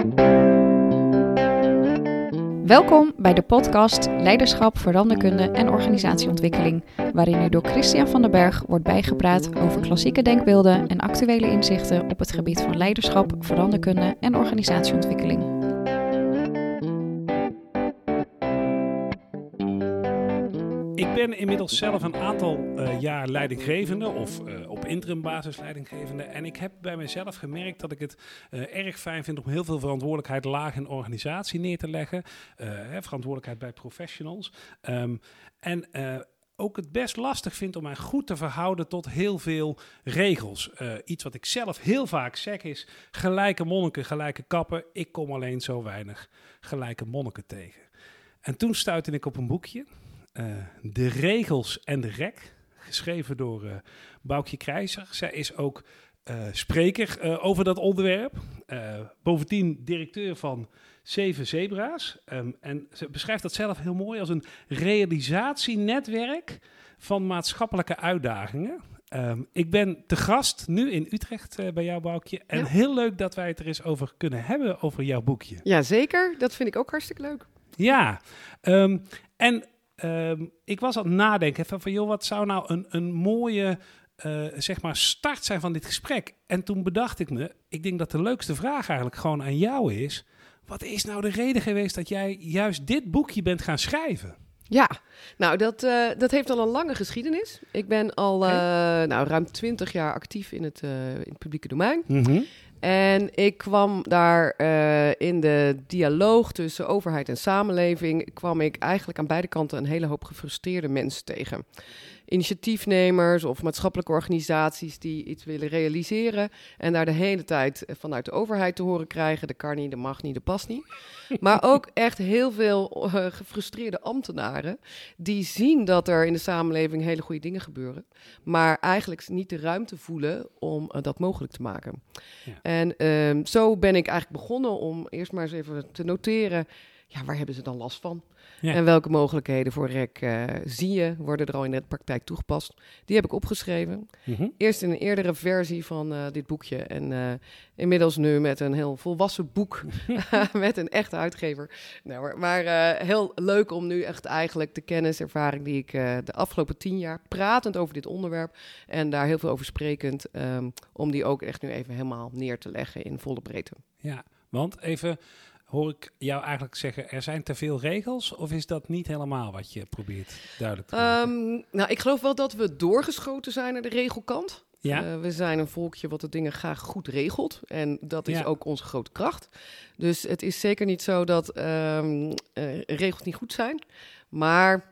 Welkom bij de podcast Leiderschap, Veranderkunde en Organisatieontwikkeling, waarin u door Christian van den Berg wordt bijgepraat over klassieke denkbeelden en actuele inzichten op het gebied van leiderschap, veranderkunde en organisatieontwikkeling. Ik ben inmiddels zelf een aantal jaar leidinggevende of op interimbasis leidinggevende. En ik heb bij mezelf gemerkt dat ik het erg fijn vind om heel veel verantwoordelijkheid laag in organisatie neer te leggen. Verantwoordelijkheid bij professionals. Ook het best lastig vind om mij goed te verhouden tot heel veel regels. Iets wat ik zelf heel vaak zeg is: gelijke monniken, gelijke kappen. Ik kom alleen zo weinig gelijke monniken tegen. En toen stuitte ik op een boekje. De regels en de rek, geschreven door Boukje Krijzer. Zij is ook spreker over dat onderwerp. Bovendien directeur van 7 Zebra's. En ze beschrijft dat zelf heel mooi als een realisatienetwerk van maatschappelijke uitdagingen. Ik ben te gast nu in Utrecht bij jou, Boukje. En heel leuk dat wij het er eens over kunnen hebben, over jouw boekje. Ja, zeker. Dat vind ik ook hartstikke leuk. Ja, ik was aan het nadenken van joh, wat zou nou een mooie start zijn van dit gesprek? En toen bedacht ik me, ik denk dat de leukste vraag eigenlijk gewoon aan jou is: wat is nou de reden geweest dat jij juist dit boekje bent gaan schrijven? Ja, nou dat heeft al een lange geschiedenis. Ik ben al ruim 20 jaar actief in het publieke domein. Mm-hmm. En ik kwam daar in de dialoog tussen overheid en samenleving, kwam ik eigenlijk aan beide kanten een hele hoop gefrustreerde mensen tegen. Initiatiefnemers of maatschappelijke organisaties die iets willen realiseren en daar de hele tijd vanuit de overheid te horen krijgen: de kan niet, de mag niet, de past niet. Maar ook echt heel veel gefrustreerde ambtenaren die zien dat er in de samenleving hele goede dingen gebeuren, maar eigenlijk niet de ruimte voelen om dat mogelijk te maken. Ja. En zo ben ik eigenlijk begonnen om eerst maar eens even te noteren: ja, waar hebben ze dan last van? Ja. En welke mogelijkheden voor REC worden er al in de praktijk toegepast? Die heb ik opgeschreven. Mm-hmm. Eerst in een eerdere versie van dit boekje. En inmiddels nu met een heel volwassen boek met een echte uitgever. Nou, maar heel leuk om nu echt eigenlijk de kenniservaring die ik de afgelopen 10 jaar pratend over dit onderwerp en daar heel veel over sprekend, om die ook echt nu even helemaal neer te leggen in volle breedte. Ja, want even... Hoor ik jou eigenlijk zeggen, er zijn te veel regels? Of is dat niet helemaal wat je probeert duidelijk te maken? Nou, ik geloof wel dat we doorgeschoten zijn naar de regelkant. Ja. We zijn een volkje wat de dingen graag goed regelt. En dat is ook onze grote kracht. Dus het is zeker niet zo dat regels niet goed zijn. Maar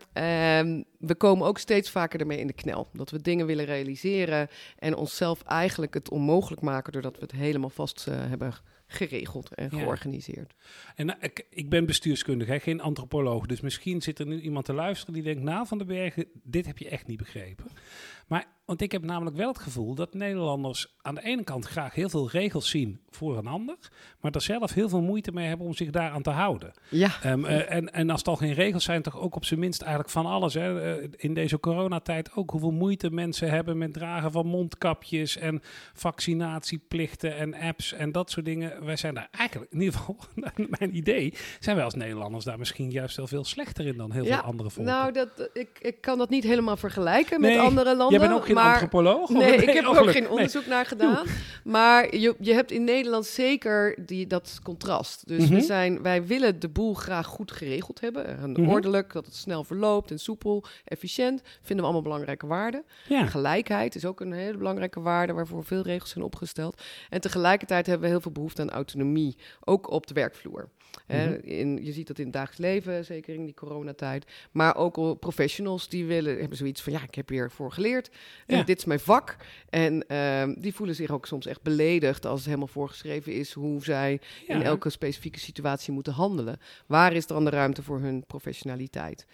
we komen ook steeds vaker ermee in de knel. Dat we dingen willen realiseren en onszelf eigenlijk het onmogelijk maken doordat we het helemaal vast hebben geregeld en georganiseerd. En ik ben bestuurskundige, geen antropoloog. Dus misschien zit er nu iemand te luisteren die denkt: nou, Van den Berg, dit heb je echt niet begrepen. Want ik heb namelijk wel het gevoel dat Nederlanders aan de ene kant graag heel veel regels zien voor een ander, maar er zelf heel veel moeite mee hebben om zich daaraan te houden. Ja. En als het al geen regels zijn, toch ook op zijn minst eigenlijk van alles. Hè? In deze coronatijd ook hoeveel moeite mensen hebben met dragen van mondkapjes en vaccinatieplichten en apps en dat soort dingen. Wij zijn daar eigenlijk, in ieder geval, mijn idee, zijn wij als Nederlanders daar misschien juist wel veel slechter in dan heel veel andere volken. Nou, ik kan dat niet helemaal vergelijken met andere landen. Jij bent ook geen antropoloog? Nee, ik heb er ook geen onderzoek naar gedaan. Maar je hebt in Nederland zeker dat contrast. Dus wij willen de boel graag goed geregeld hebben. En ordelijk, dat het snel verloopt en soepel, efficiënt. Vinden we allemaal belangrijke waarden. Ja. Gelijkheid is ook een hele belangrijke waarde waarvoor veel regels zijn opgesteld. En tegelijkertijd hebben we heel veel behoefte aan autonomie, ook op de werkvloer. Je ziet dat in het dagelijks leven, zeker in die coronatijd. Maar ook al professionals die hebben zoiets van: ja, ik heb hiervoor geleerd. Dit is mijn vak. En die voelen zich ook soms echt beledigd als het helemaal voorgeschreven is hoe zij in elke specifieke situatie moeten handelen. Waar is dan de ruimte voor hun professionaliteit?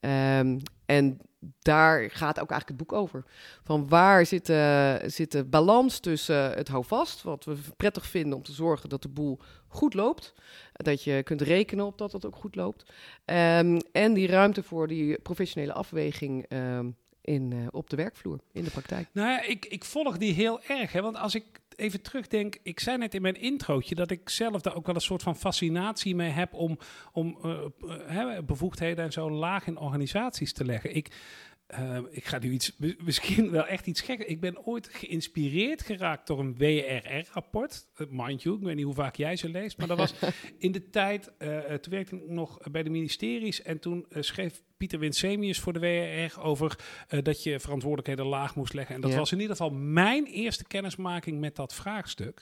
En daar gaat ook eigenlijk het boek over. Van waar zit de balans tussen het houvast, wat we prettig vinden om te zorgen dat de boel goed loopt, dat je kunt rekenen op dat het ook goed loopt, en die ruimte voor die professionele afweging op de werkvloer, in de praktijk. Nou ja, ik volg die heel erg, hè, want als ik even terugdenk, ik zei net in mijn introotje dat ik zelf daar ook wel een soort van fascinatie mee heb om bevoegdheden en zo laag in organisaties te leggen. Ik ga nu misschien wel echt iets gek. Ik ben ooit geïnspireerd geraakt door een WRR-rapport. Mind you, ik weet niet hoe vaak jij ze leest. Maar dat was in de tijd, toen werkte ik nog bij de ministeries. En toen schreef Pieter Winsemius voor de WRR over dat je verantwoordelijkheden laag moest leggen. En dat was in ieder geval mijn eerste kennismaking met dat vraagstuk.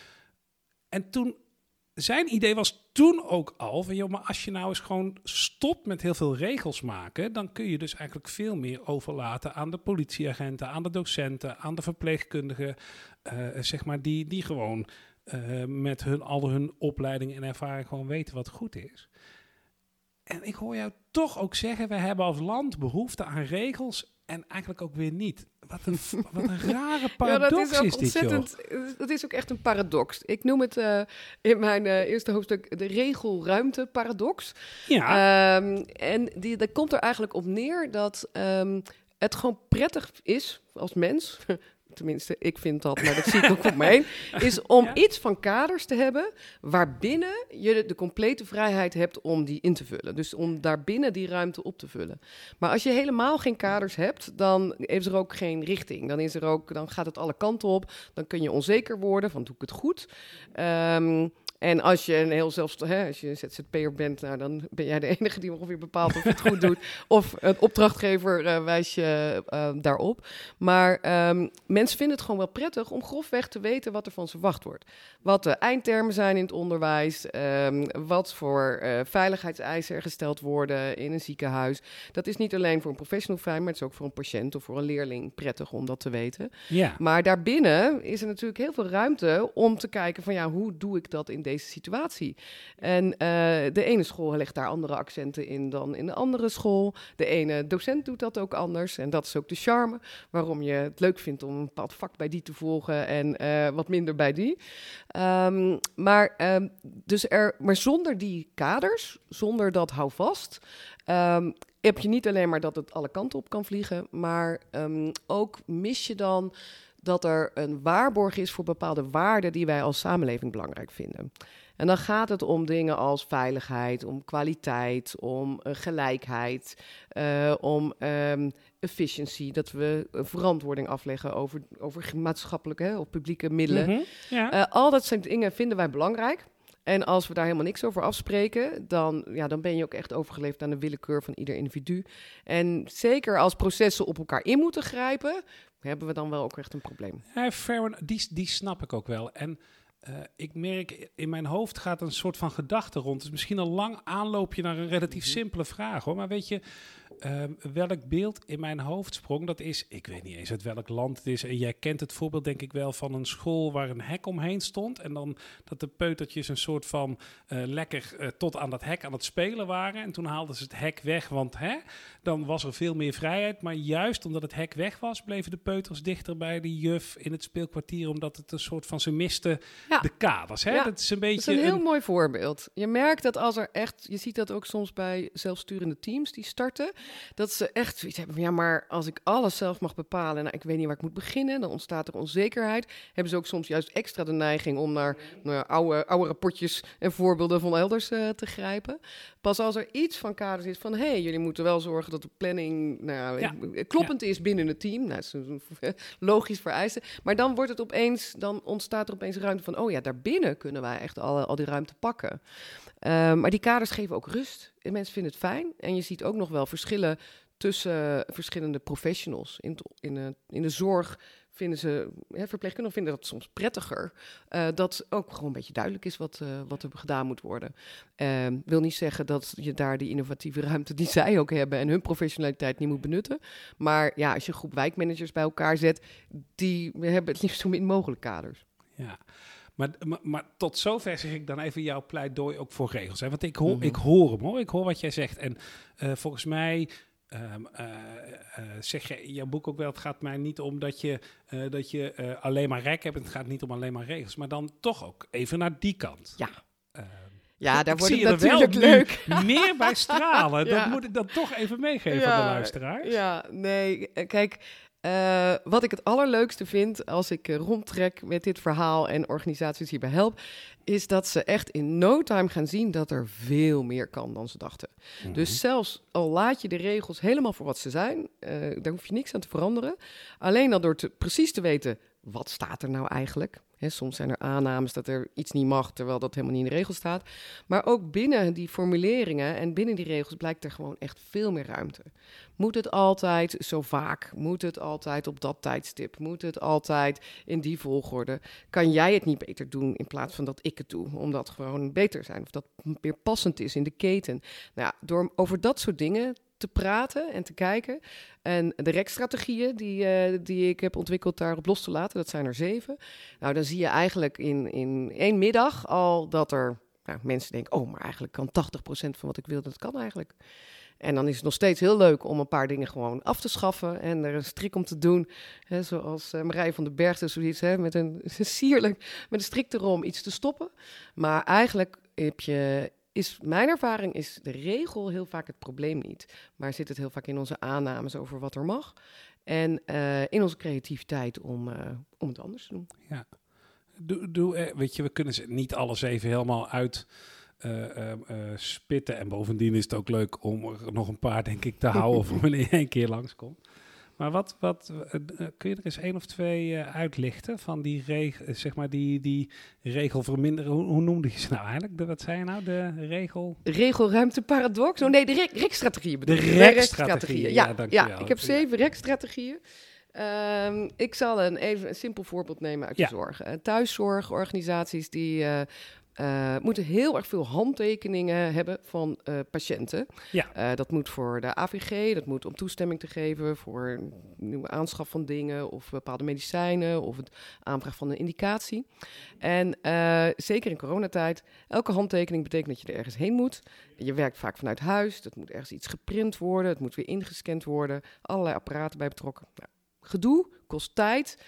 En toen... Zijn idee was toen ook al van, joh, maar als je nou eens gewoon stopt met heel veel regels maken, dan kun je dus eigenlijk veel meer overlaten aan de politieagenten, aan de docenten, aan de verpleegkundigen, zeg maar, die gewoon met al hun opleiding en ervaring gewoon weten wat goed is. En ik hoor jou toch ook zeggen, wij hebben als land behoefte aan regels en eigenlijk ook weer niet. Wat een rare paradox dat is is dit, joh. Dat is ook echt een paradox. Ik noem het in mijn eerste hoofdstuk de regelruimte-paradox. Ja. En dat komt er eigenlijk op neer dat het gewoon prettig is als mens... Tenminste, ik vind dat, maar dat zie ik ook om me heen, is om iets van kaders te hebben waarbinnen je de complete vrijheid hebt om die in te vullen. Dus om daarbinnen die ruimte op te vullen. Maar als je helemaal geen kaders hebt, dan is er ook geen richting. Dan gaat het alle kanten op. Dan kun je onzeker worden van, doe ik het goed? En als je als je een ZZP'er bent, nou, dan ben jij de enige die ongeveer bepaalt of je het goed doet. Of een opdrachtgever wijst je daarop. Maar mensen vinden het gewoon wel prettig om grofweg te weten wat er van ze verwacht wordt. Wat de eindtermen zijn in het onderwijs. Wat voor veiligheidseisen er gesteld worden in een ziekenhuis. Dat is niet alleen voor een professional fijn, maar het is ook voor een patiënt of voor een leerling prettig om dat te weten. Ja. Maar daarbinnen is er natuurlijk heel veel ruimte om te kijken van, ja, hoe doe ik dat in deze situatie? En de ene school legt daar andere accenten in dan in de andere school. De ene docent doet dat ook anders. En dat is ook de charme waarom je het leuk vindt om een bepaald vak bij die te volgen en wat minder bij die. Maar zonder die kaders, zonder dat houvast, heb je niet alleen maar dat het alle kanten op kan vliegen, maar ook mis je dan dat er een waarborg is voor bepaalde waarden die wij als samenleving belangrijk vinden. En dan gaat het om dingen als veiligheid, om kwaliteit, om gelijkheid, om efficiency, dat we verantwoording afleggen over maatschappelijke of publieke middelen. Mm-hmm, ja. Al dat soort dingen vinden wij belangrijk. En als we daar helemaal niks over afspreken, dan ben je ook echt overgeleverd aan de willekeur van ieder individu. En zeker als processen op elkaar in moeten grijpen, hebben we dan wel ook echt een probleem. Ja, die snap ik ook wel. En ik merk, in mijn hoofd gaat een soort van gedachte rond. Het is misschien een lang aanloopje naar een relatief simpele vraag, hoor. Maar weet je, welk beeld in mijn hoofd sprong, dat is, ik weet niet eens uit welk land het is. En jij kent het voorbeeld denk ik wel van een school waar een hek omheen stond. En dan dat de peutertjes een soort van lekker tot aan dat hek aan het spelen waren. En toen haalden ze het hek weg, want dan was er veel meer vrijheid. Maar juist omdat het hek weg was, bleven de peuters dichter bij de juf in het speelkwartier. Omdat het een soort van, ze misten de kaders. Hè? Ja, dat is een beetje dat is een heel mooi voorbeeld. Je merkt dat als er echt, je ziet dat ook soms bij zelfsturende teams die starten, dat ze echt zoiets hebben van, ja, maar als ik alles zelf mag bepalen, nou, ik weet niet waar ik moet beginnen, dan ontstaat er onzekerheid. Hebben ze ook soms juist extra de neiging om naar oude rapportjes en voorbeelden van elders te grijpen. Pas als er iets van kaders is van, jullie moeten wel zorgen dat de planning kloppend is binnen het team. Nou, dat is een logisch vereiste. Maar dan ontstaat er opeens ruimte van, daarbinnen kunnen wij echt al die ruimte pakken. Maar die kaders geven ook rust. En mensen vinden het fijn. En je ziet ook nog wel verschillen tussen verschillende professionals. In de zorg verpleegkundigen vinden dat soms prettiger. Dat ook gewoon een beetje duidelijk is wat er gedaan moet worden. Wil niet zeggen dat je daar die innovatieve ruimte die zij ook hebben en hun professionaliteit niet moet benutten. Maar ja, als je een groep wijkmanagers bij elkaar zet, die hebben het liefst zo min mogelijk kaders. Ja. Maar tot zover zeg ik dan even jouw pleidooi ook voor regels. Hè? Want ik hoor hem, hoor. Ik hoor wat jij zegt. En volgens mij zeg je in jouw boek ook wel, het gaat mij niet om dat je alleen maar rek hebt. Het gaat niet om alleen maar regels. Maar dan toch ook even naar die kant. Ja. Ja, daar wordt het natuurlijk leuk. Meer bij stralen. Dat moet ik dan toch even meegeven aan de luisteraars. Ja, nee, kijk, Wat ik het allerleukste vind als ik rondtrek met dit verhaal en organisaties hierbij help, is dat ze echt in no time gaan zien dat er veel meer kan dan ze dachten. Mhm. Dus zelfs al laat je de regels helemaal voor wat ze zijn, daar hoef je niks aan te veranderen. Alleen al door precies te weten, wat staat er nou eigenlijk? Soms zijn er aannames dat er iets niet mag, terwijl dat helemaal niet in de regels staat. Maar ook binnen die formuleringen en binnen die regels blijkt er gewoon echt veel meer ruimte. Moet het altijd zo vaak? Moet het altijd op dat tijdstip? Moet het altijd in die volgorde? Kan jij het niet beter doen in plaats van dat ik het doe? Omdat gewoon beter zijn of dat meer passend is in de keten. Nou ja, door over dat soort dingen te praten en te kijken. En de REK-strategieën die ik heb ontwikkeld daarop los te laten, dat zijn er 7. Nou, dan zie je eigenlijk in 1 middag al dat er mensen denken, oh, maar eigenlijk kan 80% van wat ik wil, dat kan eigenlijk. En dan is het nog steeds heel leuk om een paar dingen gewoon af te schaffen en er een strik om te doen. Hè, zoals Marije van den Berg, dus zoiets, met een strik erom iets te stoppen. Maar eigenlijk is mijn ervaring is de regel heel vaak het probleem niet. Maar zit het heel vaak in onze aannames over wat er mag. En in onze creativiteit om het anders te doen. Ja. Weet je, we kunnen ze niet alles even helemaal uit spitten. En bovendien is het ook leuk om er nog een paar, denk ik, te houden voor wanneer je 1 keer langskomt. Maar kun je er eens 1 of 2 uitlichten van die regel verminderen? Hoe noemde je ze nou eigenlijk? Wat zei je nou? De regel? Regelruimteparadox? Oh nee, de REK-strategieën bedoel De ik. REK-strategieën, ja, dankjewel. Ja, ik heb 7 REK-strategieën. Ik zal even een simpel voorbeeld nemen uit de zorg. Thuiszorgorganisaties die moeten heel erg veel handtekeningen hebben van patiënten. Ja. Dat moet voor de AVG, dat moet om toestemming te geven voor nieuwe aanschaf van dingen of bepaalde medicijnen of het aanvraag van een indicatie. En zeker in coronatijd, elke handtekening betekent dat je er ergens heen moet. Je werkt vaak vanuit huis, dat moet ergens iets geprint worden, het moet weer ingescand worden, allerlei apparaten bij betrokken. Nou, gedoe, kost tijd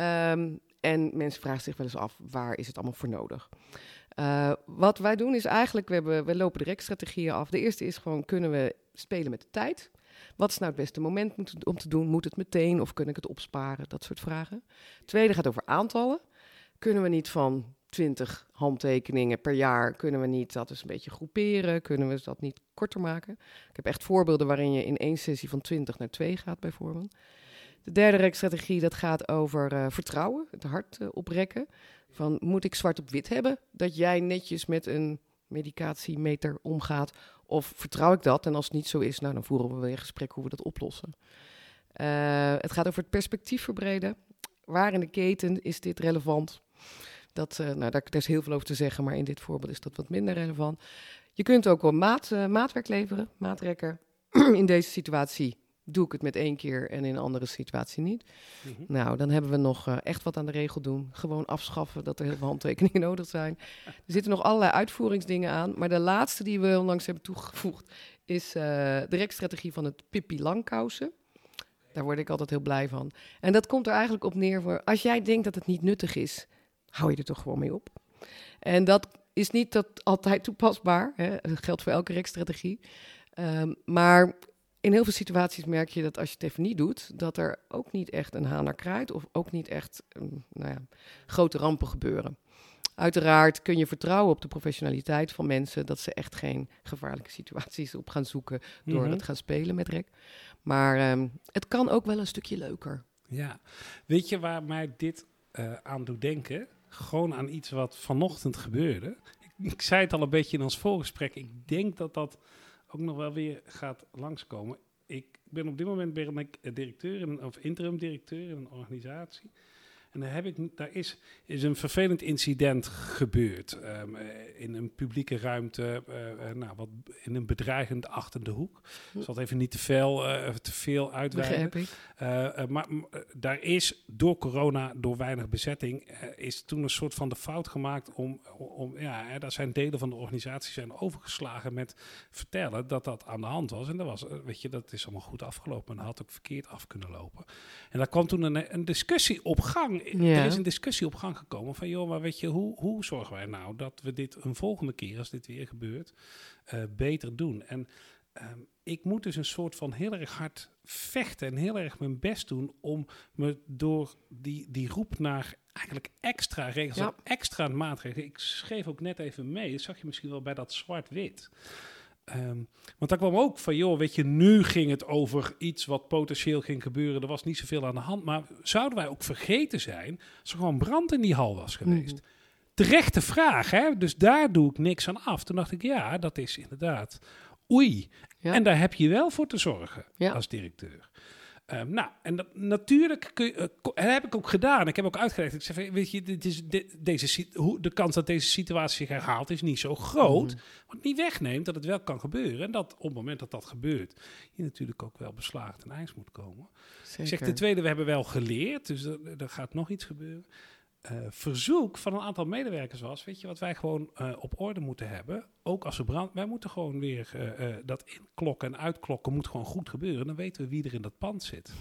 en mensen vragen zich wel eens af, waar is het allemaal voor nodig? Wat wij doen is eigenlijk, we lopen de REK-strategieën af. De eerste is gewoon, kunnen we spelen met de tijd? Wat is nou het beste moment om te doen? Moet het meteen of kan ik het opsparen? Dat soort vragen. Tweede gaat over aantallen. Kunnen we niet van 20 handtekeningen per jaar, kunnen we niet dat eens een beetje groeperen? Kunnen we dat niet korter maken? Ik heb echt voorbeelden waarin je in 1 sessie van 20 naar 2 gaat bijvoorbeeld. De derde REK-strategie, dat gaat over vertrouwen, het hart oprekken. Van, moet ik zwart op wit hebben dat jij netjes met een medicatiemeter omgaat? Of vertrouw ik dat? En als het niet zo is, dan voeren we weer een gesprek hoe we dat oplossen. Het gaat over het perspectief verbreden. Waar in de keten is dit relevant? Daar is heel veel over te zeggen, maar in dit voorbeeld is dat wat minder relevant. Je kunt ook wel maatwerk leveren, maatrekker. In deze situatie doe ik het met 1 keer en in een andere situatie niet. Mm-hmm. Nou, dan hebben we nog echt wat aan de regel doen. Gewoon afschaffen dat er heel veel handtekeningen nodig zijn. Er zitten nog allerlei uitvoeringsdingen aan. Maar de laatste die we onlangs hebben toegevoegd is de REK-strategie van het Pippi Langkousen. Daar word ik altijd heel blij van. En dat komt er eigenlijk op neer voor, als jij denkt dat het niet nuttig is, hou je er toch gewoon mee op. En dat is niet altijd toepasbaar. Hè? Dat geldt voor elke REK-strategie. Maar in heel veel situaties merk je dat als je het even niet doet, dat er ook niet echt een haan naar kraait of ook niet echt grote rampen gebeuren. Uiteraard kun je vertrouwen op de professionaliteit van mensen, dat ze echt geen gevaarlijke situaties op gaan zoeken door het gaan spelen met REK. Maar het kan ook wel een stukje leuker. Ja, weet je waar mij dit aan doet denken? Gewoon aan iets wat vanochtend gebeurde. Ik zei het al een beetje in ons voorgesprek. Ik denk dat dat ook nog wel weer gaat langskomen. Ik ben op dit moment directeur of interim directeur in een organisatie. En daar is een vervelend incident gebeurd. In een publieke ruimte, wat in een bedreigend achter de hoek. Ik zal het even niet te veel uitweiden. Maar daar is door corona, door weinig bezetting, is toen een soort van de fout gemaakt daar zijn delen van de organisatie zijn overgeslagen met vertellen dat aan de hand was. En dat is allemaal goed afgelopen. En dat had ook verkeerd af kunnen lopen. En daar kwam toen een discussie op gang. Ja. Er is een discussie op gang gekomen van, joh, maar weet je, hoe zorgen wij nou dat we dit een volgende keer, als dit weer gebeurt, beter doen? En Ik moet dus een soort van heel erg hard vechten en heel erg mijn best doen om me door die roep naar eigenlijk extra regels en extra maatregelen. Ik schreef ook net even mee, dat zag je misschien wel bij dat zwart-wit. Want daar kwam ook van, joh, weet je, nu ging het over iets wat potentieel ging gebeuren. Er was niet zoveel aan de hand. Maar zouden wij ook vergeten zijn als er gewoon brand in die hal was geweest? Terechte vraag, hè? Dus daar doe ik niks aan af. Toen dacht ik, ja, dat is inderdaad oei. Ja. En daar heb je wel voor te zorgen als directeur. Natuurlijk heb ik ook gedaan. Ik heb ook uitgelegd. Ik zei, weet je, de kans dat deze situatie zich herhaalt is niet zo groot. Wat niet wegneemt dat het wel kan gebeuren. En dat op het moment dat dat gebeurt, je natuurlijk ook wel beslagen ten ijs moet komen. Zeker. Ik zeg, ten tweede, we hebben wel geleerd. Dus er gaat nog iets gebeuren. Verzoek van een aantal medewerkers was, weet je wat wij gewoon op orde moeten hebben, ook als er brand, wij moeten gewoon weer dat inklokken en uitklokken moet gewoon goed gebeuren, dan weten we wie er in dat pand zit.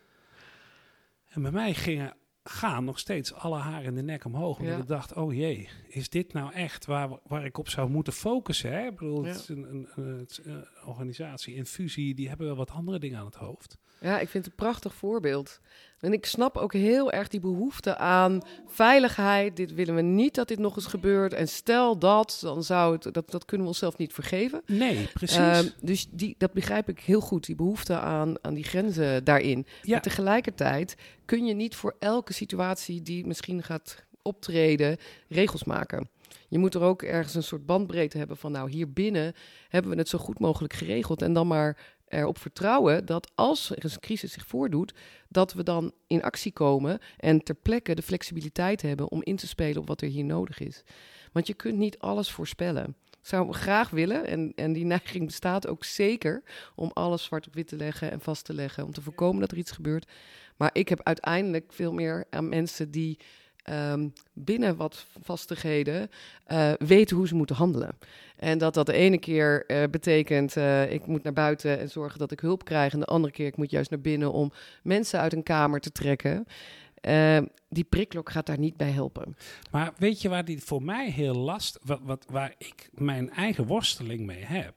En bij mij gaan nog steeds alle haren in de nek omhoog, omdat ik dacht, oh jee, is dit nou echt waar ik op zou moeten focussen? Hè? Ik bedoel, het is een organisatie, Infusie, die hebben wel wat andere dingen aan het hoofd. Ja, ik vind het een prachtig voorbeeld. En ik snap ook heel erg die behoefte aan veiligheid. Dit willen we niet dat dit nog eens gebeurt. En stel dat, dan zou dat kunnen we onszelf niet vergeven. Nee, precies. Dus dat begrijp ik heel goed, die behoefte aan die grenzen daarin. Ja. Maar tegelijkertijd kun je niet voor elke situatie die misschien gaat optreden regels maken. Je moet er ook ergens een soort bandbreedte hebben van, nou, hier binnen hebben we het zo goed mogelijk geregeld. En dan maar erop vertrouwen dat als er een crisis zich voordoet, dat we dan in actie komen en ter plekke de flexibiliteit hebben om in te spelen op wat er hier nodig is. Want je kunt niet alles voorspellen. Ik zou graag willen, en die neiging bestaat ook zeker, om alles zwart op wit te leggen en vast te leggen, om te voorkomen dat er iets gebeurt. Maar ik heb uiteindelijk veel meer aan mensen die binnen wat vastigheden weten hoe ze moeten handelen. En dat de ene keer betekent, ik moet naar buiten en zorgen dat ik hulp krijg. En de andere keer, ik moet juist naar binnen om mensen uit een kamer te trekken. Die prikklok gaat daar niet bij helpen. Maar weet je waar die voor mij heel waar ik mijn eigen worsteling mee heb,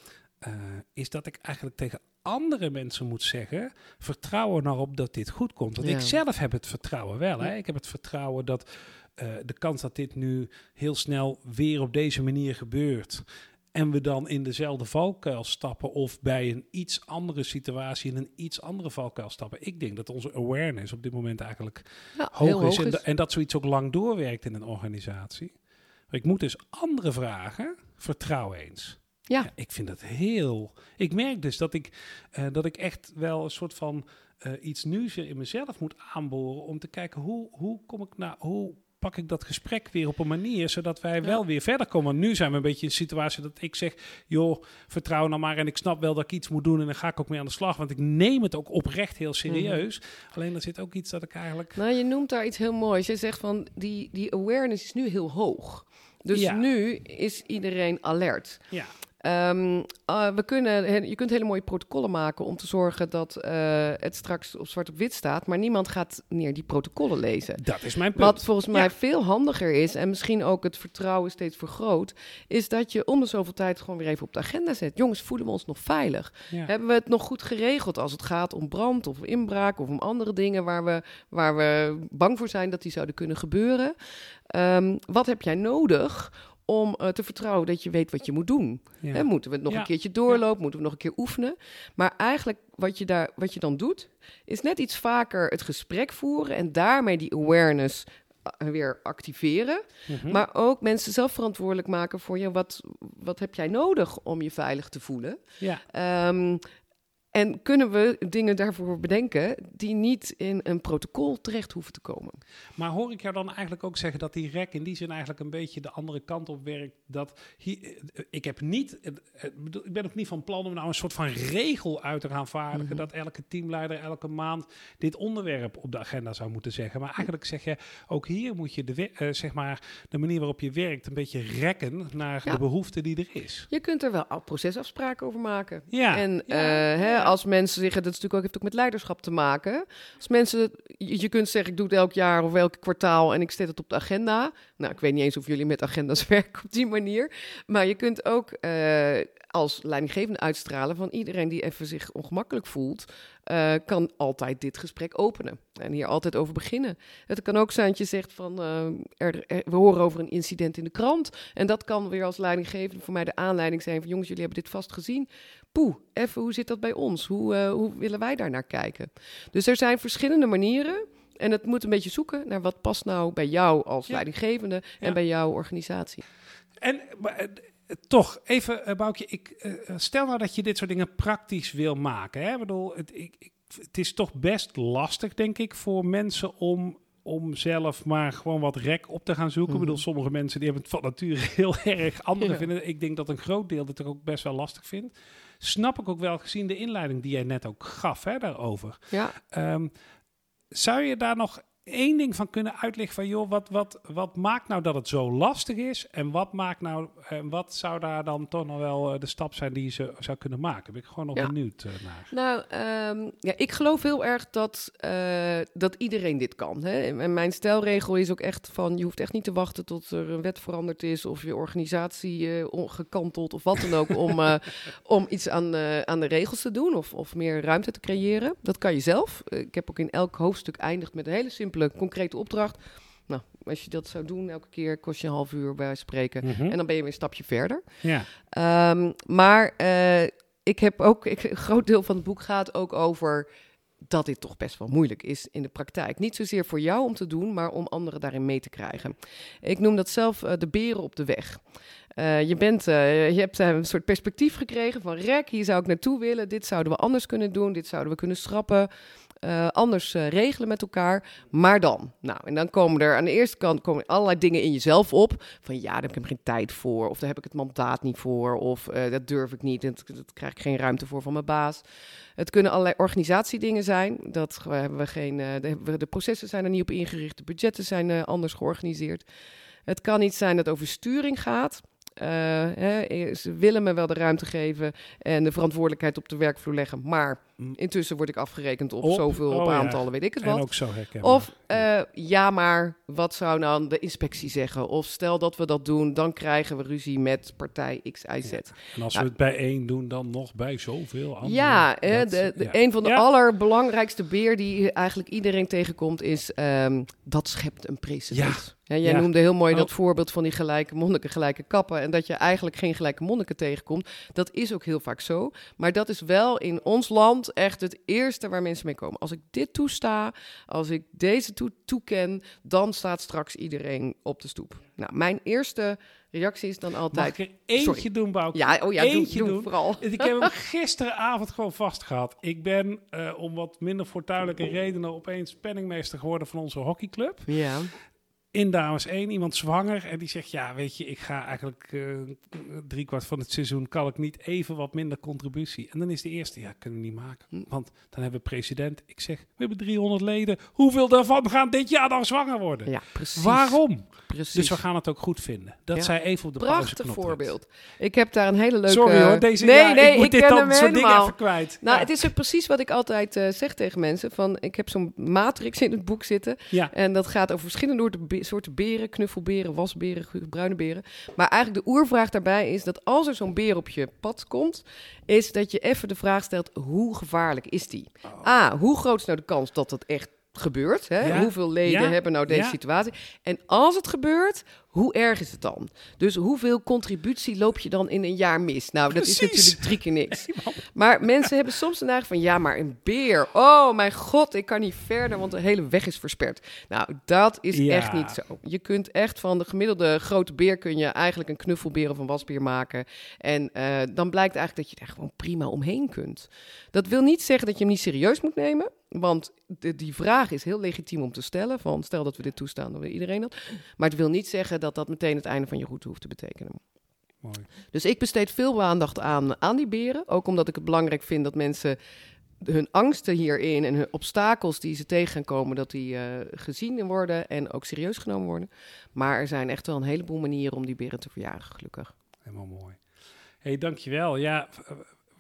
is dat ik eigenlijk tegen andere mensen moet zeggen, vertrouwen erop dat dit goed komt. Want ik zelf heb het vertrouwen wel. Hè? Ik heb het vertrouwen dat de kans dat dit nu heel snel weer op deze manier gebeurt en we dan in dezelfde valkuil stappen of bij een iets andere situatie in een iets andere valkuil stappen. Ik denk dat onze awareness op dit moment eigenlijk hoog is. En dat zoiets ook lang doorwerkt in een organisatie. Maar ik moet dus anderen vragen, vertrouw eens. Ja, ik vind dat heel. Ik merk dus dat ik echt wel een soort van iets nieuws in mezelf moet aanboren om te kijken hoe pak ik dat gesprek weer op een manier zodat wij wel weer verder komen. Want nu zijn we een beetje in een situatie dat ik zeg, joh, vertrouw nou maar en ik snap wel dat ik iets moet doen en dan ga ik ook mee aan de slag, want ik neem het ook oprecht heel serieus. Alleen er zit ook iets dat ik eigenlijk. Nou, je noemt daar iets heel moois. Je zegt van die awareness is nu heel hoog. Dus nu is iedereen alert. Ja. Je kunt hele mooie protocollen maken om te zorgen dat het straks op zwart op wit staat, maar niemand gaat meer die protocollen lezen. Dat is mijn punt. Wat volgens mij veel handiger is, en misschien ook het vertrouwen steeds vergroot, is dat je om de zoveel tijd gewoon weer even op de agenda zet. Jongens, voelen we ons nog veilig? Ja. Hebben we het nog goed geregeld als het gaat om brand of inbraak of om andere dingen waar we bang voor zijn dat die zouden kunnen gebeuren? Wat heb jij nodig om te vertrouwen dat je weet wat je moet doen? Ja. Moeten we het nog een keertje doorlopen? Moeten we nog een keer oefenen? Maar eigenlijk wat je dan doet, is net iets vaker het gesprek voeren en daarmee die awareness weer activeren. Maar ook mensen zelf verantwoordelijk maken voor wat heb jij nodig om je veilig te voelen? Ja. En kunnen we dingen daarvoor bedenken die niet in een protocol terecht hoeven te komen? Maar hoor ik jou dan eigenlijk ook zeggen dat die REC in die zin eigenlijk een beetje de andere kant op werkt? Ik ben ook niet van plan om nou een soort van regel uit te gaan vaardigen dat elke teamleider elke maand dit onderwerp op de agenda zou moeten zeggen. Maar eigenlijk zeg je, ook hier moet je de manier waarop je werkt een beetje rekken naar de behoefte die er is. Je kunt er wel procesafspraken over maken. Ja. En als mensen zeggen, dat heeft ook met leiderschap te maken. Als mensen, je kunt zeggen, ik doe het elk jaar of elk kwartaal en ik zet het op de agenda. Nou, ik weet niet eens of jullie met agenda's werken op die manier. Maar je kunt ook als leidinggevende uitstralen van iedereen die even zich ongemakkelijk voelt, kan altijd dit gesprek openen en hier altijd over beginnen. Het kan ook zijn dat je zegt van, we horen over een incident in de krant en dat kan weer als leidinggevende voor mij de aanleiding zijn van, jongens, jullie hebben dit vast gezien. Even, hoe zit dat bij ons? Hoe willen wij daar naar kijken? Dus er zijn verschillende manieren. En het moet een beetje zoeken naar wat past nou bij jou als leidinggevende en bij jouw organisatie. En toch, even Boukje, stel nou dat je dit soort dingen praktisch wil maken. Hè? Ik bedoel, het is toch best lastig, denk ik, voor mensen om zelf maar gewoon wat rek op te gaan zoeken. Ik bedoel, sommige mensen die hebben het van nature heel erg. Anderen vinden, ik denk dat een groot deel het ook best wel lastig vindt. Snap ik ook wel, gezien de inleiding die jij net ook gaf daarover. Ja. Zou je daar nog één ding van kunnen uitleggen van, joh, wat maakt nou dat het zo lastig is? En wat zou daar dan toch nog wel de stap zijn die je zou kunnen maken? Daar ben ik gewoon nog benieuwd naar. Nou, ik geloof heel erg dat iedereen dit kan. Hè? En mijn stelregel is ook echt van, je hoeft echt niet te wachten tot er een wet veranderd is of je organisatie gekanteld of wat dan ook om iets aan de regels te doen of meer ruimte te creëren. Dat kan je zelf. Ik heb ook in elk hoofdstuk eindigd met een hele simpele, concrete opdracht. Nou, als je dat zou doen, elke keer kost je een half uur bij spreken. En dan ben je weer een stapje verder. Ja. Maar ik heb ook, een groot deel van het boek gaat ook over dat dit toch best wel moeilijk is in de praktijk. Niet zozeer voor jou om te doen, maar om anderen daarin mee te krijgen. Ik noem dat zelf de beren op de weg. Je hebt een soort perspectief gekregen van, rek, hier zou ik naartoe willen. Dit zouden we anders kunnen doen. Dit zouden we kunnen schrappen. Anders regelen met elkaar. Maar dan? Nou, en dan komen er aan de eerste kant allerlei dingen in jezelf op. Van ja, daar heb ik hem geen tijd voor. Of daar heb ik het mandaat niet voor. Of dat durf ik niet. Dat krijg ik geen ruimte voor van mijn baas. Het kunnen allerlei organisatiedingen zijn. Dat hebben we geen. De processen zijn er niet op ingericht. De budgetten zijn anders georganiseerd. Het kan niet zijn dat het over sturing gaat. Ze willen me wel de ruimte geven en de verantwoordelijkheid op de werkvloer leggen. Maar intussen word ik afgerekend op zoveel op aantallen, weet ik het wat. En ook zo herkenbaar. Of maar wat zou dan de inspectie zeggen? Of stel dat we dat doen, dan krijgen we ruzie met partij X, Y, Z. Ja. En als we het bij één doen, dan nog bij zoveel anderen. Ja, een van de allerbelangrijkste beer die eigenlijk iedereen tegenkomt is, dat schept een precedent. Ja, jij noemde heel mooi dat voorbeeld van die gelijke monniken, gelijke kappen. En dat je eigenlijk geen gelijke monniken tegenkomt. Dat is ook heel vaak zo. Maar dat is wel in ons land echt het eerste waar mensen mee komen. Als ik dit toesta, als ik deze toeken, dan staat straks iedereen op de stoep. Nou, mijn eerste reactie is dan altijd... Mag ik er eentje doen, Boukje? Ja, eentje doe vooral. Ik heb hem gisteravond gewoon vastgehad. Ik ben om wat minder fortuinlijke redenen opeens penningmeester geworden van onze hockeyclub. Ja. In dames 1, iemand zwanger. En die zegt, ja, weet je, ik ga eigenlijk 3/4 van het seizoen kan ik niet even wat minder contributie. En dan is de eerste, kunnen we niet maken. Want dan hebben we president. Ik zeg, we hebben 300 leden. Hoeveel daarvan gaan dit jaar dan zwanger worden? Ja, precies. Waarom? Precies. Dus we gaan het ook goed vinden. Dat zij even op de pauzeknop prachtig voorbeeld. Ik heb daar een hele leuke... Sorry hoor, ik moet dit dan soort dingen even kwijt. Nou, het is ook precies wat ik altijd zeg tegen mensen. Van, ik heb zo'n matrix in het boek zitten. Ja. En dat gaat over verschillende soorten beren. Knuffelberen, wasberen, bruine beren. Maar eigenlijk de oervraag daarbij is dat als er zo'n beer op je pad komt, is dat je even de vraag stelt, hoe gevaarlijk is die? Hoe groot is nou de kans dat dat echt gebeurt? Hè? Ja. Hoeveel leden hebben nou deze situatie? En als het gebeurt, hoe erg is het dan? Dus hoeveel contributie loop je dan in een jaar mis? Nou, dat is natuurlijk 3 keer niks. Maar mensen hebben soms de neiging van, ja, maar een beer. Oh, mijn god, ik kan niet verder, want de hele weg is versperd. Nou, dat is echt niet zo. Je kunt echt van de gemiddelde grote beer kun je eigenlijk een knuffelbeer of een wasbeer maken. En dan blijkt eigenlijk dat je daar gewoon prima omheen kunt. Dat wil niet zeggen dat je hem niet serieus moet nemen. Want die vraag is heel legitiem om te stellen. Van stel dat we dit toestaan, dan wil iedereen dat. Maar het wil niet zeggen dat dat meteen het einde van je route hoeft te betekenen. Mooi. Dus ik besteed veel aandacht aan die beren. Ook omdat ik het belangrijk vind dat mensen hun angsten hierin en hun obstakels die ze tegen gaan komen, dat die gezien worden en ook serieus genomen worden. Maar er zijn echt wel een heleboel manieren om die beren te verjagen, gelukkig. Helemaal mooi. Hey, dankjewel. Ja,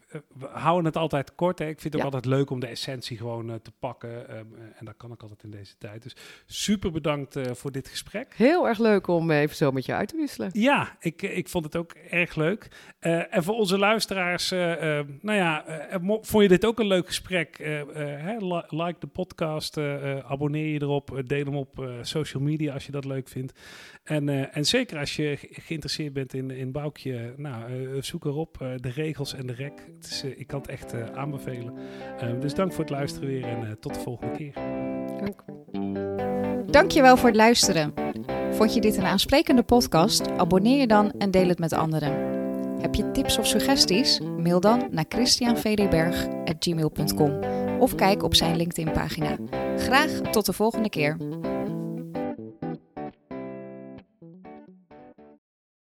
we houden het altijd kort. Hè. Ik vind het ook Ja. altijd leuk om de essentie gewoon te pakken. En dat kan ik altijd in deze tijd. Dus super bedankt voor dit gesprek. Heel erg leuk om even zo met je uit te wisselen. Ja, ik vond het ook erg leuk. En voor onze luisteraars, vond je dit ook een leuk gesprek? Like de podcast, abonneer je erop, deel hem op social media als je dat leuk vindt. En zeker als je geïnteresseerd bent in Boukje, zoek erop de regels en de rek. Ik kan het echt aanbevelen. Dus dank voor het luisteren weer en tot de volgende keer. Dank. Dankjewel voor het luisteren. Vond je dit een aansprekende podcast? Abonneer je dan en deel het met anderen. Heb je tips of suggesties? Mail dan naar christianvdberg@gmail.com of kijk op zijn LinkedIn-pagina. Graag tot de volgende keer.